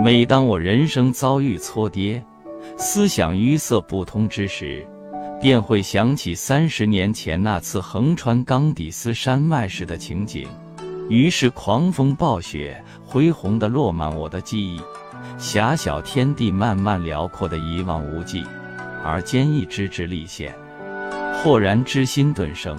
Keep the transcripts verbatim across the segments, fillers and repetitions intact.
每当我人生遭遇挫跌，思想淤塞不通之时，便会想起三十年前那次横穿冈底斯山脉时的情景，于是狂风暴雪恢宏地落满我的记忆，狭小天地漫漫辽阔的一望无际，而坚毅直直立现，豁然之心顿生。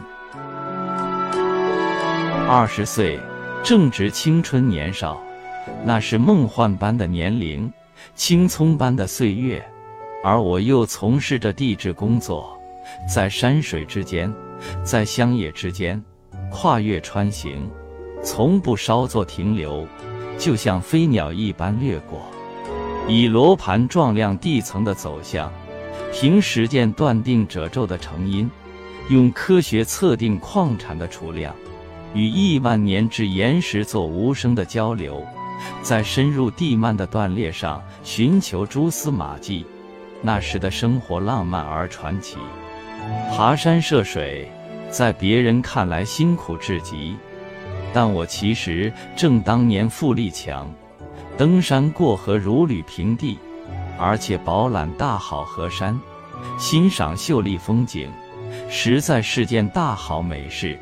二十岁，正值青春年少，那是梦幻般的年龄，青葱般的岁月，而我又从事着地质工作，在山水之间，在乡野之间，跨越穿行，从不稍作停留，就像飞鸟一般掠过，以罗盘撞量地层的走向，凭实践断定褶皱的成因，用科学测定矿产的储量，与亿万年之岩石做无声的交流，在深入地幔的断裂上寻求蛛丝马迹。那时的生活浪漫而传奇，爬山涉水，在别人看来辛苦至极，但我其实正当年富力强，登山过河如履平地，而且饱览大好河山，欣赏秀丽风景，实在是件大好美事。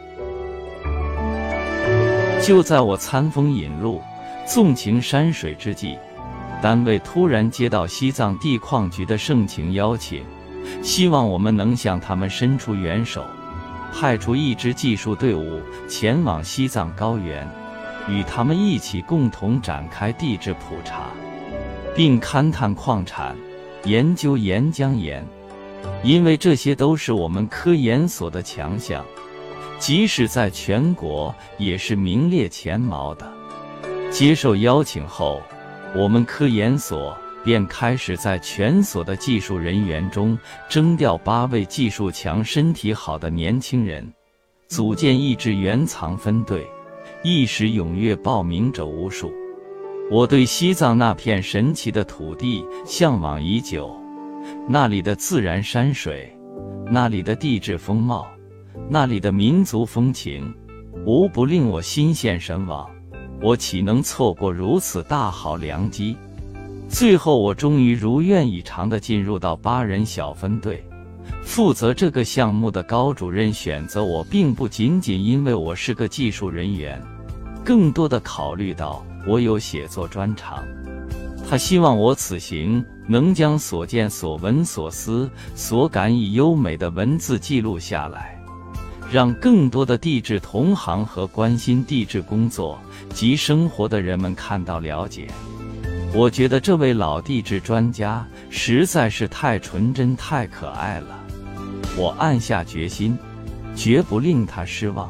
就在我餐风饮露，纵情山水之际，单位突然接到西藏地矿局的盛情邀请，希望我们能向他们伸出援手，派出一支技术队伍前往西藏高原，与他们一起共同展开地质普查，并勘探矿产，研究岩浆岩。因为这些都是我们科研所的强项，即使在全国也是名列前茅的。接受邀请后，我们科研所便开始在全所的技术人员中征调八位技术强、身体好的年轻人，组建一支原藏分队，一时踊跃报名者无数。我对西藏那片神奇的土地向往已久，那里的自然山水，那里的地质风貌，那里的民族风情，无不令我心羡神往。我岂能错过如此大好良机？最后我终于如愿以偿地进入到八人小分队，负责这个项目的高主任选择我并不仅仅因为我是个技术人员，更多地考虑到我有写作专长。他希望我此行能将所见所闻所思所感以优美的文字记录下来，让更多的地质同行和关心地质工作及生活的人们看到了解。我觉得这位老地质专家实在是太纯真太可爱了，我暗下决心，绝不令他失望。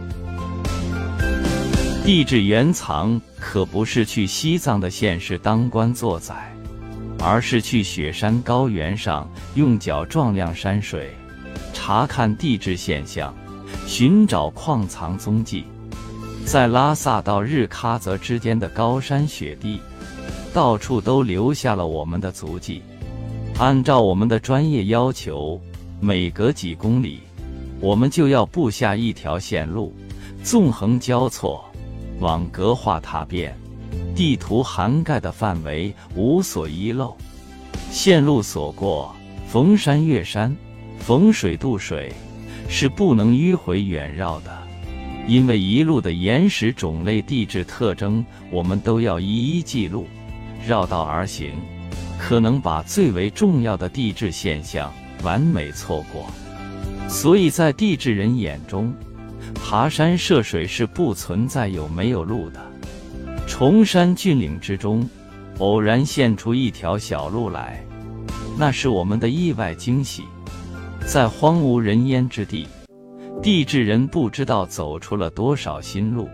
地质原藏可不是去西藏的县市当官做宰，而是去雪山高原上用脚撞亮山水，查看地质现象，寻找矿藏踪迹。在拉萨到日喀则之间的高山雪地，到处都留下了我们的足迹。按照我们的专业要求，每隔几公里，我们就要布下一条线路，纵横交错，网格化踏遍，地图涵盖的范围无所遗漏。线路所过，逢山越山，逢水渡水，是不能迂回远绕的。因为一路的岩石种类、地质特征，我们都要一一记录。绕道而行，可能把最为重要的地质现象完美错过。所以在地质人眼中，爬山涉水是不存在有没有路的。崇山峻岭之中，偶然现出一条小路来，那是我们的意外惊喜。在荒无人烟之地，地质人不知道走出了多少新路。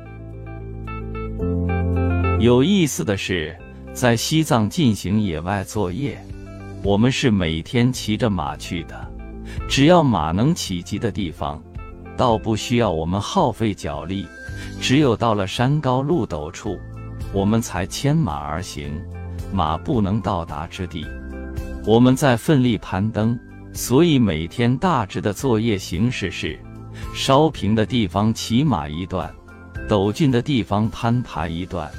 有意思的是，在西藏进行野外作业，我们是每天骑着马去的，只要马能企及的地方，倒不需要我们耗费脚力，只有到了山高路陡处，我们才牵马而行，马不能到达之地，我们在奋力攀登。所以每天大致的作业形式是：稍平的地方骑马一段，陡峻的地方攀爬一段，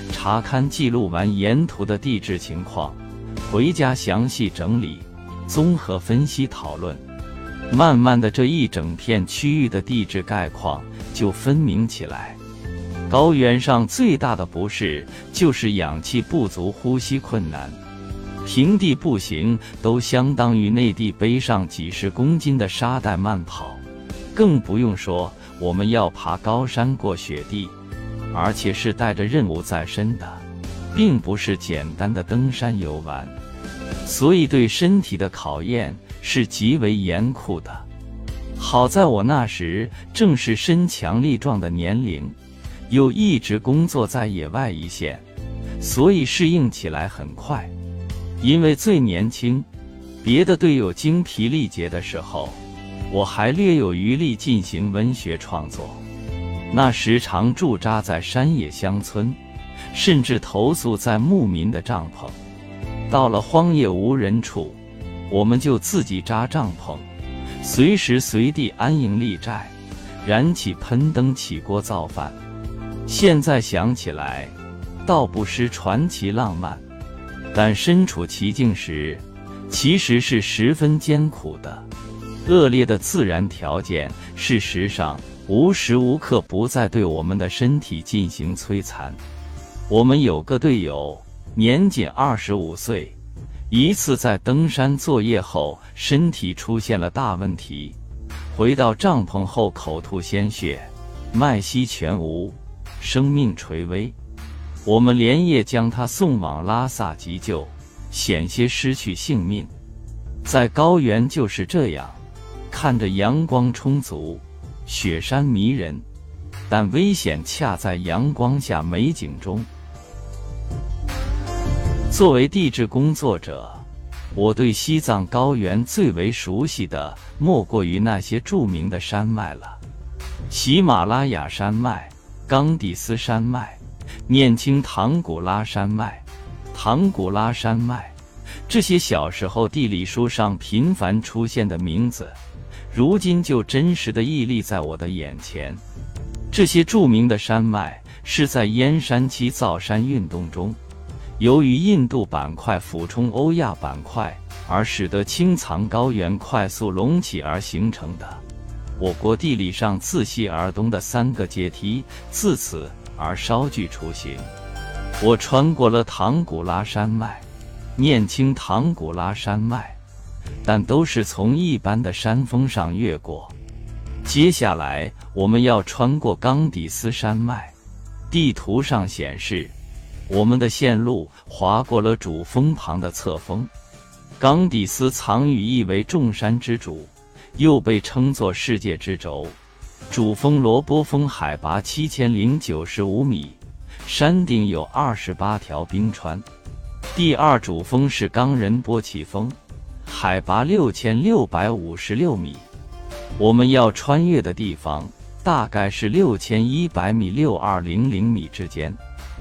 查勘记录完沿途的地质情况，回家详细整理、综合分析讨论。慢慢的，这一整片区域的地质概况就分明起来。高原上最大的不适就是氧气不足，呼吸困难。平地步行都相当于内地背上几十公斤的沙袋慢跑，更不用说我们要爬高山过雪地，而且是带着任务在身的，并不是简单的登山游玩，所以对身体的考验是极为严酷的。好在我那时正是身强力壮的年龄，又一直工作在野外一线，所以适应起来很快。因为最年轻，别的队友精疲力竭的时候，我还略有余力进行文学创作。那时常驻扎在山野乡村，甚至投宿在牧民的帐篷。到了荒野无人处，我们就自己扎帐篷，随时随地安营立寨，燃起喷灯起锅造饭。现在想起来，倒不失传奇浪漫，但身处其境时，其实是十分艰苦的。恶劣的自然条件，事实上无时无刻不在对我们的身体进行摧残。我们有个队友，年仅二十五岁，一次在登山作业后，身体出现了大问题，回到帐篷后口吐鲜血，脉息全无，生命垂危。我们连夜将他送往拉萨急救，险些失去性命。在高原就是这样，看着阳光充足，雪山迷人，但危险恰在阳光下美景中。作为地质工作者，我对西藏高原最为熟悉的莫过于那些著名的山脉了：喜马拉雅山脉、冈底斯山脉、念青唐古拉山脉、唐古拉山脉，这些小时候地理书上频繁出现的名字，如今就真实地屹立在我的眼前。这些著名的山脉是在燕山期造山运动中，由于印度板块俯冲欧亚板块，而使得青藏高原快速隆起而形成的。我国地理上自西而东的三个阶梯，自此而稍具雏形。我穿过了唐古拉山脉、念青唐古拉山脉，但都是从一般的山峰上越过。接下来我们要穿过冈底斯山脉，地图上显示，我们的线路划过了主峰旁的侧峰。冈底斯藏语意为众山之主，又被称作世界之轴。主峰罗波峰海拔七千零九十五米，山顶有二十八条冰川。第二主峰是冈仁波齐峰，海拔六千六百五十六米。我们要穿越的地方大概是六千一百米、六千二百米之间。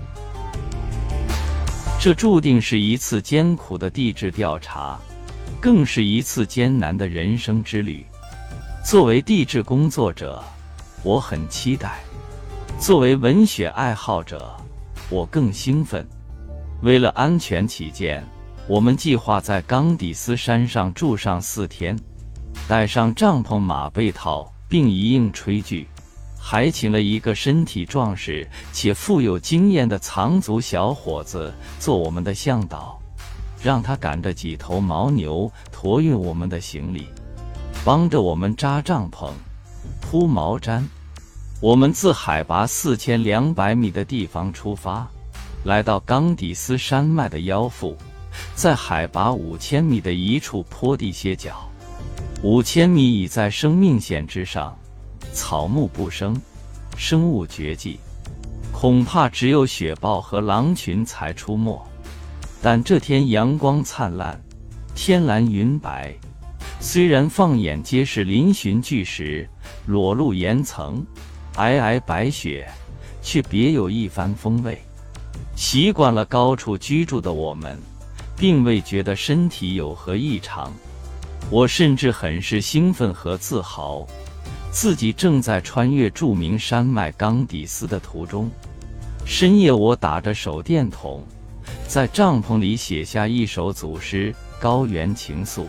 这注定是一次艰苦的地质调查，更是一次艰难的人生之旅。作为地质工作者，我很期待；作为文学爱好者，我更兴奋。为了安全起见，我们计划在冈底斯山上住上四天，带上帐篷、马被套，并一应炊具，还请了一个身体壮实且富有经验的藏族小伙子做我们的向导，让他赶着几头牦牛驮运我们的行李，帮着我们扎帐篷、铺毛毡。我们自海拔四千两百米的地方出发，来到冈底斯山脉的腰腹，在海拔五千米的一处坡地歇脚。五千米已在生命线之上，草木不生，生物绝迹，恐怕只有雪豹和狼群才出没。但这天阳光灿烂，天蓝云白，虽然放眼皆是嶙峋巨石、裸露岩层、皑皑白雪，却别有一番风味。习惯了高处居住的我们，并未觉得身体有何异常。我甚至很是兴奋和自豪，自己正在穿越著名山脉冈底斯的途中。 深夜我打着手电筒，在帐篷里写下一首祖诗《高原情愫》。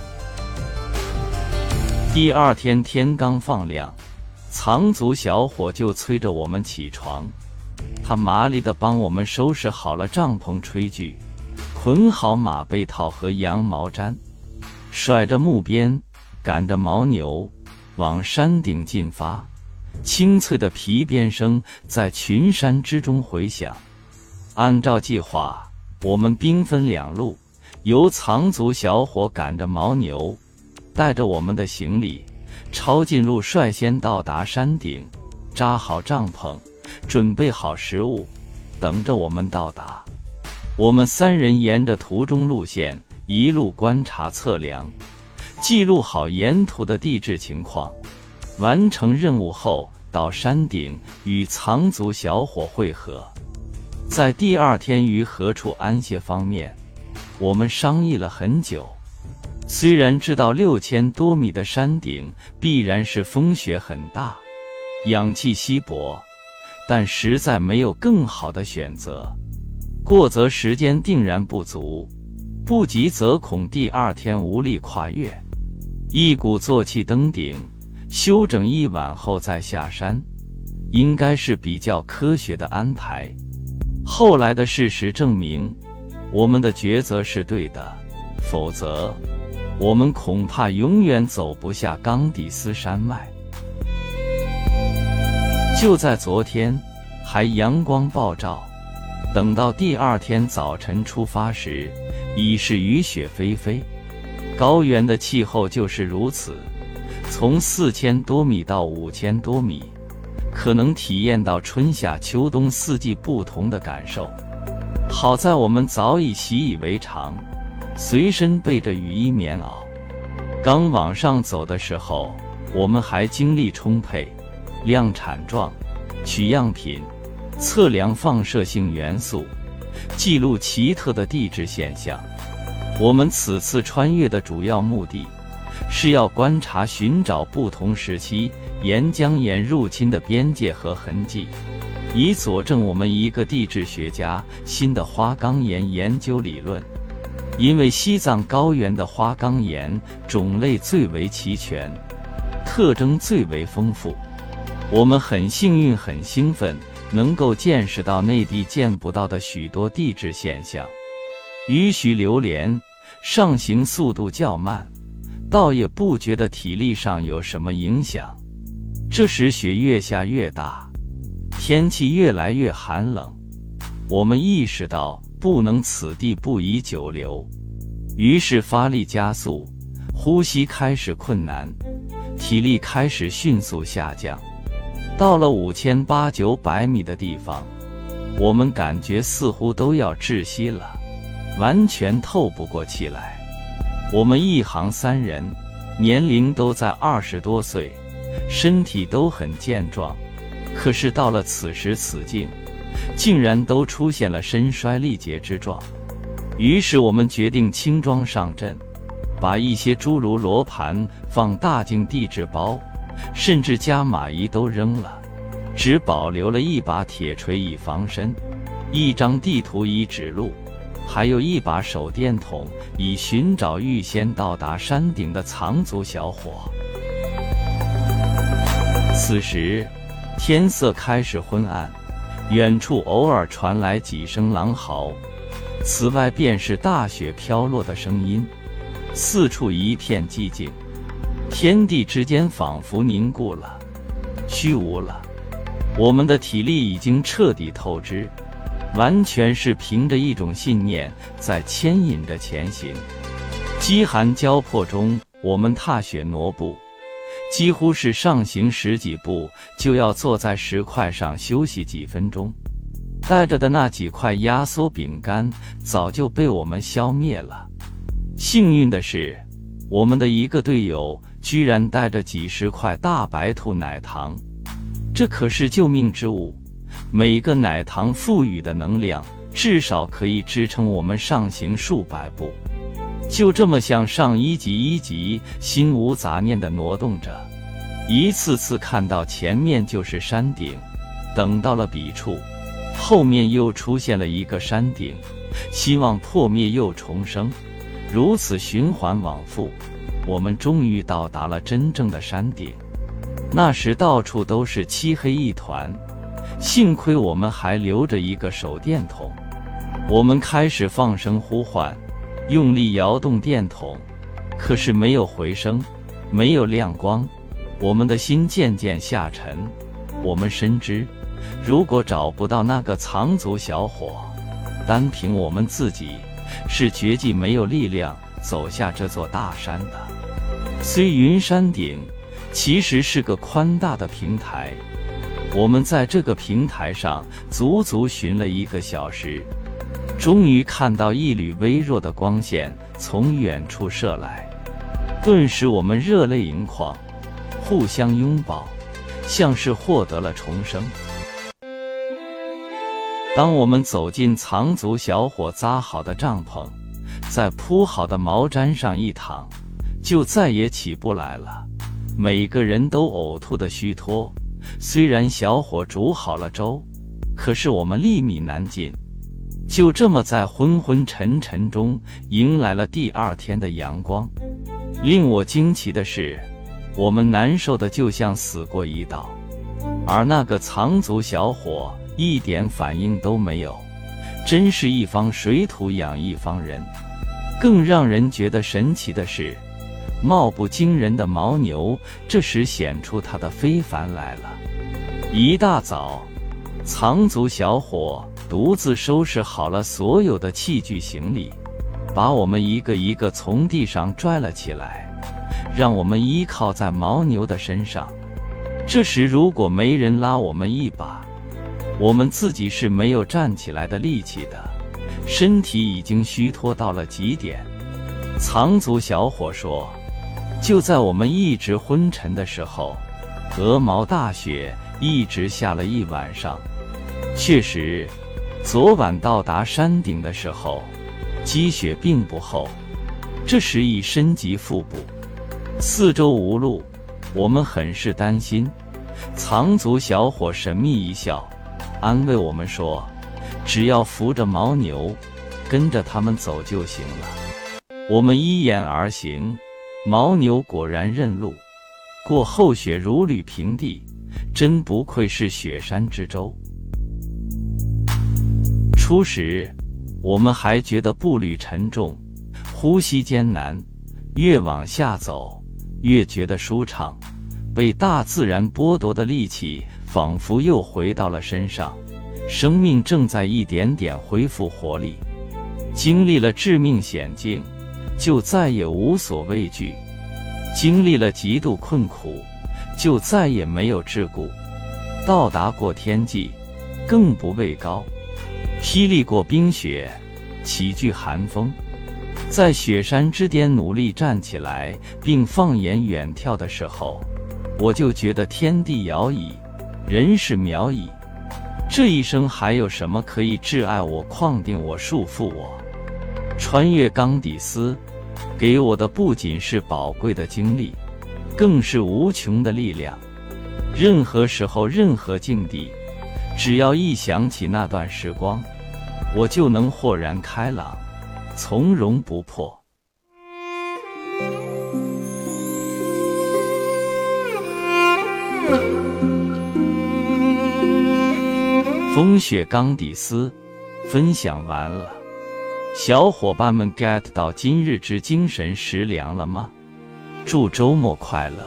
第二天天刚放亮，藏族小伙就催着我们起床，他麻利地帮我们收拾好了帐篷炊具，捆好马被套和羊毛毡，甩着木鞭，赶着牦牛，往山顶进发。清脆的皮鞭声在群山之中回响。按照计划，我们兵分两路，由藏族小伙赶着牦牛，带着我们的行李，抄近路率先到达山顶，扎好帐篷，准备好食物，等着我们到达。我们三人沿着途中路线一路观察测量，记录好沿途的地质情况。完成任务后，到山顶与藏族小伙会合。在第二天于何处安歇方面，我们商议了很久。虽然知道六千多米的山顶必然是风雪很大，氧气稀薄，但实在没有更好的选择。过则时间定然不足，不及则恐第二天无力跨越。一鼓作气登顶，休整一晚后再下山，应该是比较科学的安排。后来的事实证明，我们的抉择是对的，否则我们恐怕永远走不下冈底斯山脉。就在昨天，还阳光暴照，等到第二天早晨出发时，已是雨雪霏霏。高原的气候就是如此，从四千多米到五千多米，可能体验到春夏秋冬四季不同的感受。好在我们早已习以为常，随身备着雨衣棉袄。刚往上走的时候，我们还精力充沛，量产状，取样品，测量放射性元素，记录奇特的地质现象。我们此次穿越的主要目的是要观察寻找不同时期岩浆岩入侵的边界和痕迹，以佐证我们一个地质学家新的花岗岩研究理论。因为西藏高原的花岗岩种类最为齐全，特征最为丰富，我们很幸运很兴奋，能够见识到内地见不到的许多地质现象。雨许流连，上行速度较慢，倒也不觉得体力上有什么影响。这时雪越下越大，天气越来越寒冷，我们意识到不能此地不宜久留，于是发力加速，呼吸开始困难，体力开始迅速下降。到了五千八九百米的地方，我们感觉似乎都要窒息了，完全透不过气来。我们一行三人，年龄都在二十多岁，身体都很健壮，可是到了此时此境，竟然都出现了身衰力竭之状。于是我们决定轻装上阵，把一些诸如罗盘、放大镜地质包，甚至加马仪都扔了，只保留了一把铁锤以防身，一张地图以指路，还有一把手电筒以寻找预先到达山顶的藏族小伙。此时天色开始昏暗，远处偶尔传来几声狼嚎，此外便是大雪飘落的声音，四处一片寂静，天地之间仿佛凝固了，虚无了。我们的体力已经彻底透支，完全是凭着一种信念在牵引着前行。饥寒交迫中，我们踏雪挪步，几乎是上行十几步就要坐在石块上休息几分钟。带着的那几块压缩饼干早就被我们消灭了。幸运的是，我们的一个队友居然带着几十块大白兔奶糖，这可是救命之物。每个奶糖赋予的能量至少可以支撑我们上行数百步。就这么向上一级一级，心无杂念地挪动着，一次次看到前面就是山顶。等到了彼处， 后面又出现了一个山顶，希望破灭又重生，如此循环往复。我们终于到达了真正的山顶。那时到处都是漆黑一团，幸亏我们还留着一个手电筒。我们开始放声呼唤，用力摇动电筒，可是没有回声，没有亮光。我们的心渐渐下沉。我们深知，如果找不到那个藏族小伙，单凭我们自己是绝技没有力量走下这座大山的。虽云山顶其实是个宽大的平台，我们在这个平台上足足寻了一个小时，终于看到一缕微弱的光线从远处射来，顿时我们热泪盈眶，互相拥抱，像是获得了重生。当我们走进藏族小伙扎好的帐篷，在铺好的毛毡上一躺，就再也起不来了。每个人都呕吐的虚脱，虽然小伙煮好了粥，可是我们粒米难进。就这么在昏昏沉沉中迎来了第二天的阳光。令我惊奇的是，我们难受的就像死过一道，而那个藏族小伙一点反应都没有，真是一方水土养一方人。更让人觉得神奇的是，貌不惊人的牦牛这时显出它的非凡来了。一大早，藏族小伙独自收拾好了所有的器具行李，把我们一个一个从地上拽了起来，让我们依靠在牦牛的身上。这时如果没人拉我们一把，我们自己是没有站起来的力气的，身体已经虚脱到了极点。藏族小伙说，就在我们一直昏沉的时候，鹅毛大雪一直下了一晚上。确实，昨晚到达山顶的时候，积雪并不厚，这时已深及腹部，四周无路，我们很是担心。藏族小伙神秘一笑，安慰我们说，只要扶着牦牛，跟着他们走就行了。我们依言而行，牦牛果然认路，过后雪如履平地，真不愧是雪山之州。初时我们还觉得步履沉重，呼吸艰难，越往下走越觉得舒畅，被大自然剥夺的力气仿佛又回到了身上，生命正在一点点恢复活力。经历了致命险境，就再也无所畏惧；经历了极度困苦，就再也没有桎梏。到达过天际，更不畏高；霹雳过冰雪，岂惧寒风。在雪山之巅努力站起来并放眼远眺的时候，我就觉得天地摇矣，人世渺矣。这一生还有什么可以挚爱我、框定我、束缚我？穿越冈底斯给我的不仅是宝贵的经历，更是无穷的力量。任何时候、任何境地，只要一想起那段时光，我就能豁然开朗，从容不迫。风雪冈底斯分享完了，小伙伴们 get 到今日之精神食粮了吗？祝周末快乐！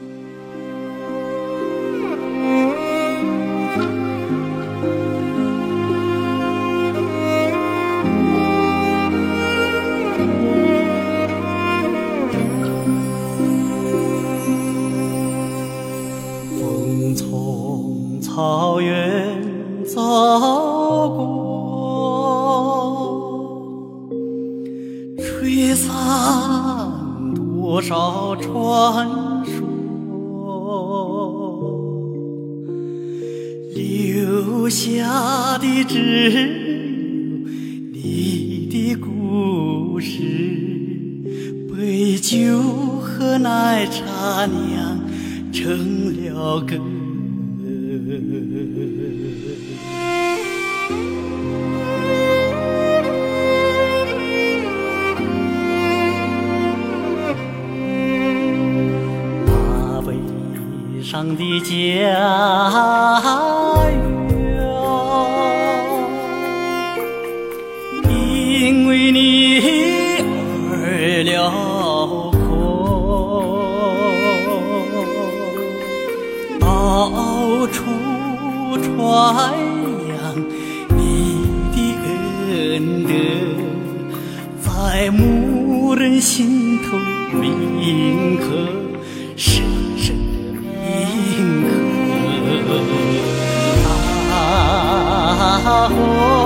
风从草原走过，吹散多少传说，留下的只有你的故事，杯酒和奶茶酿成了歌。 长的家园，因为你而辽阔，到处传扬你的恩德，在牧人心头铭刻，深深铭刻。啊！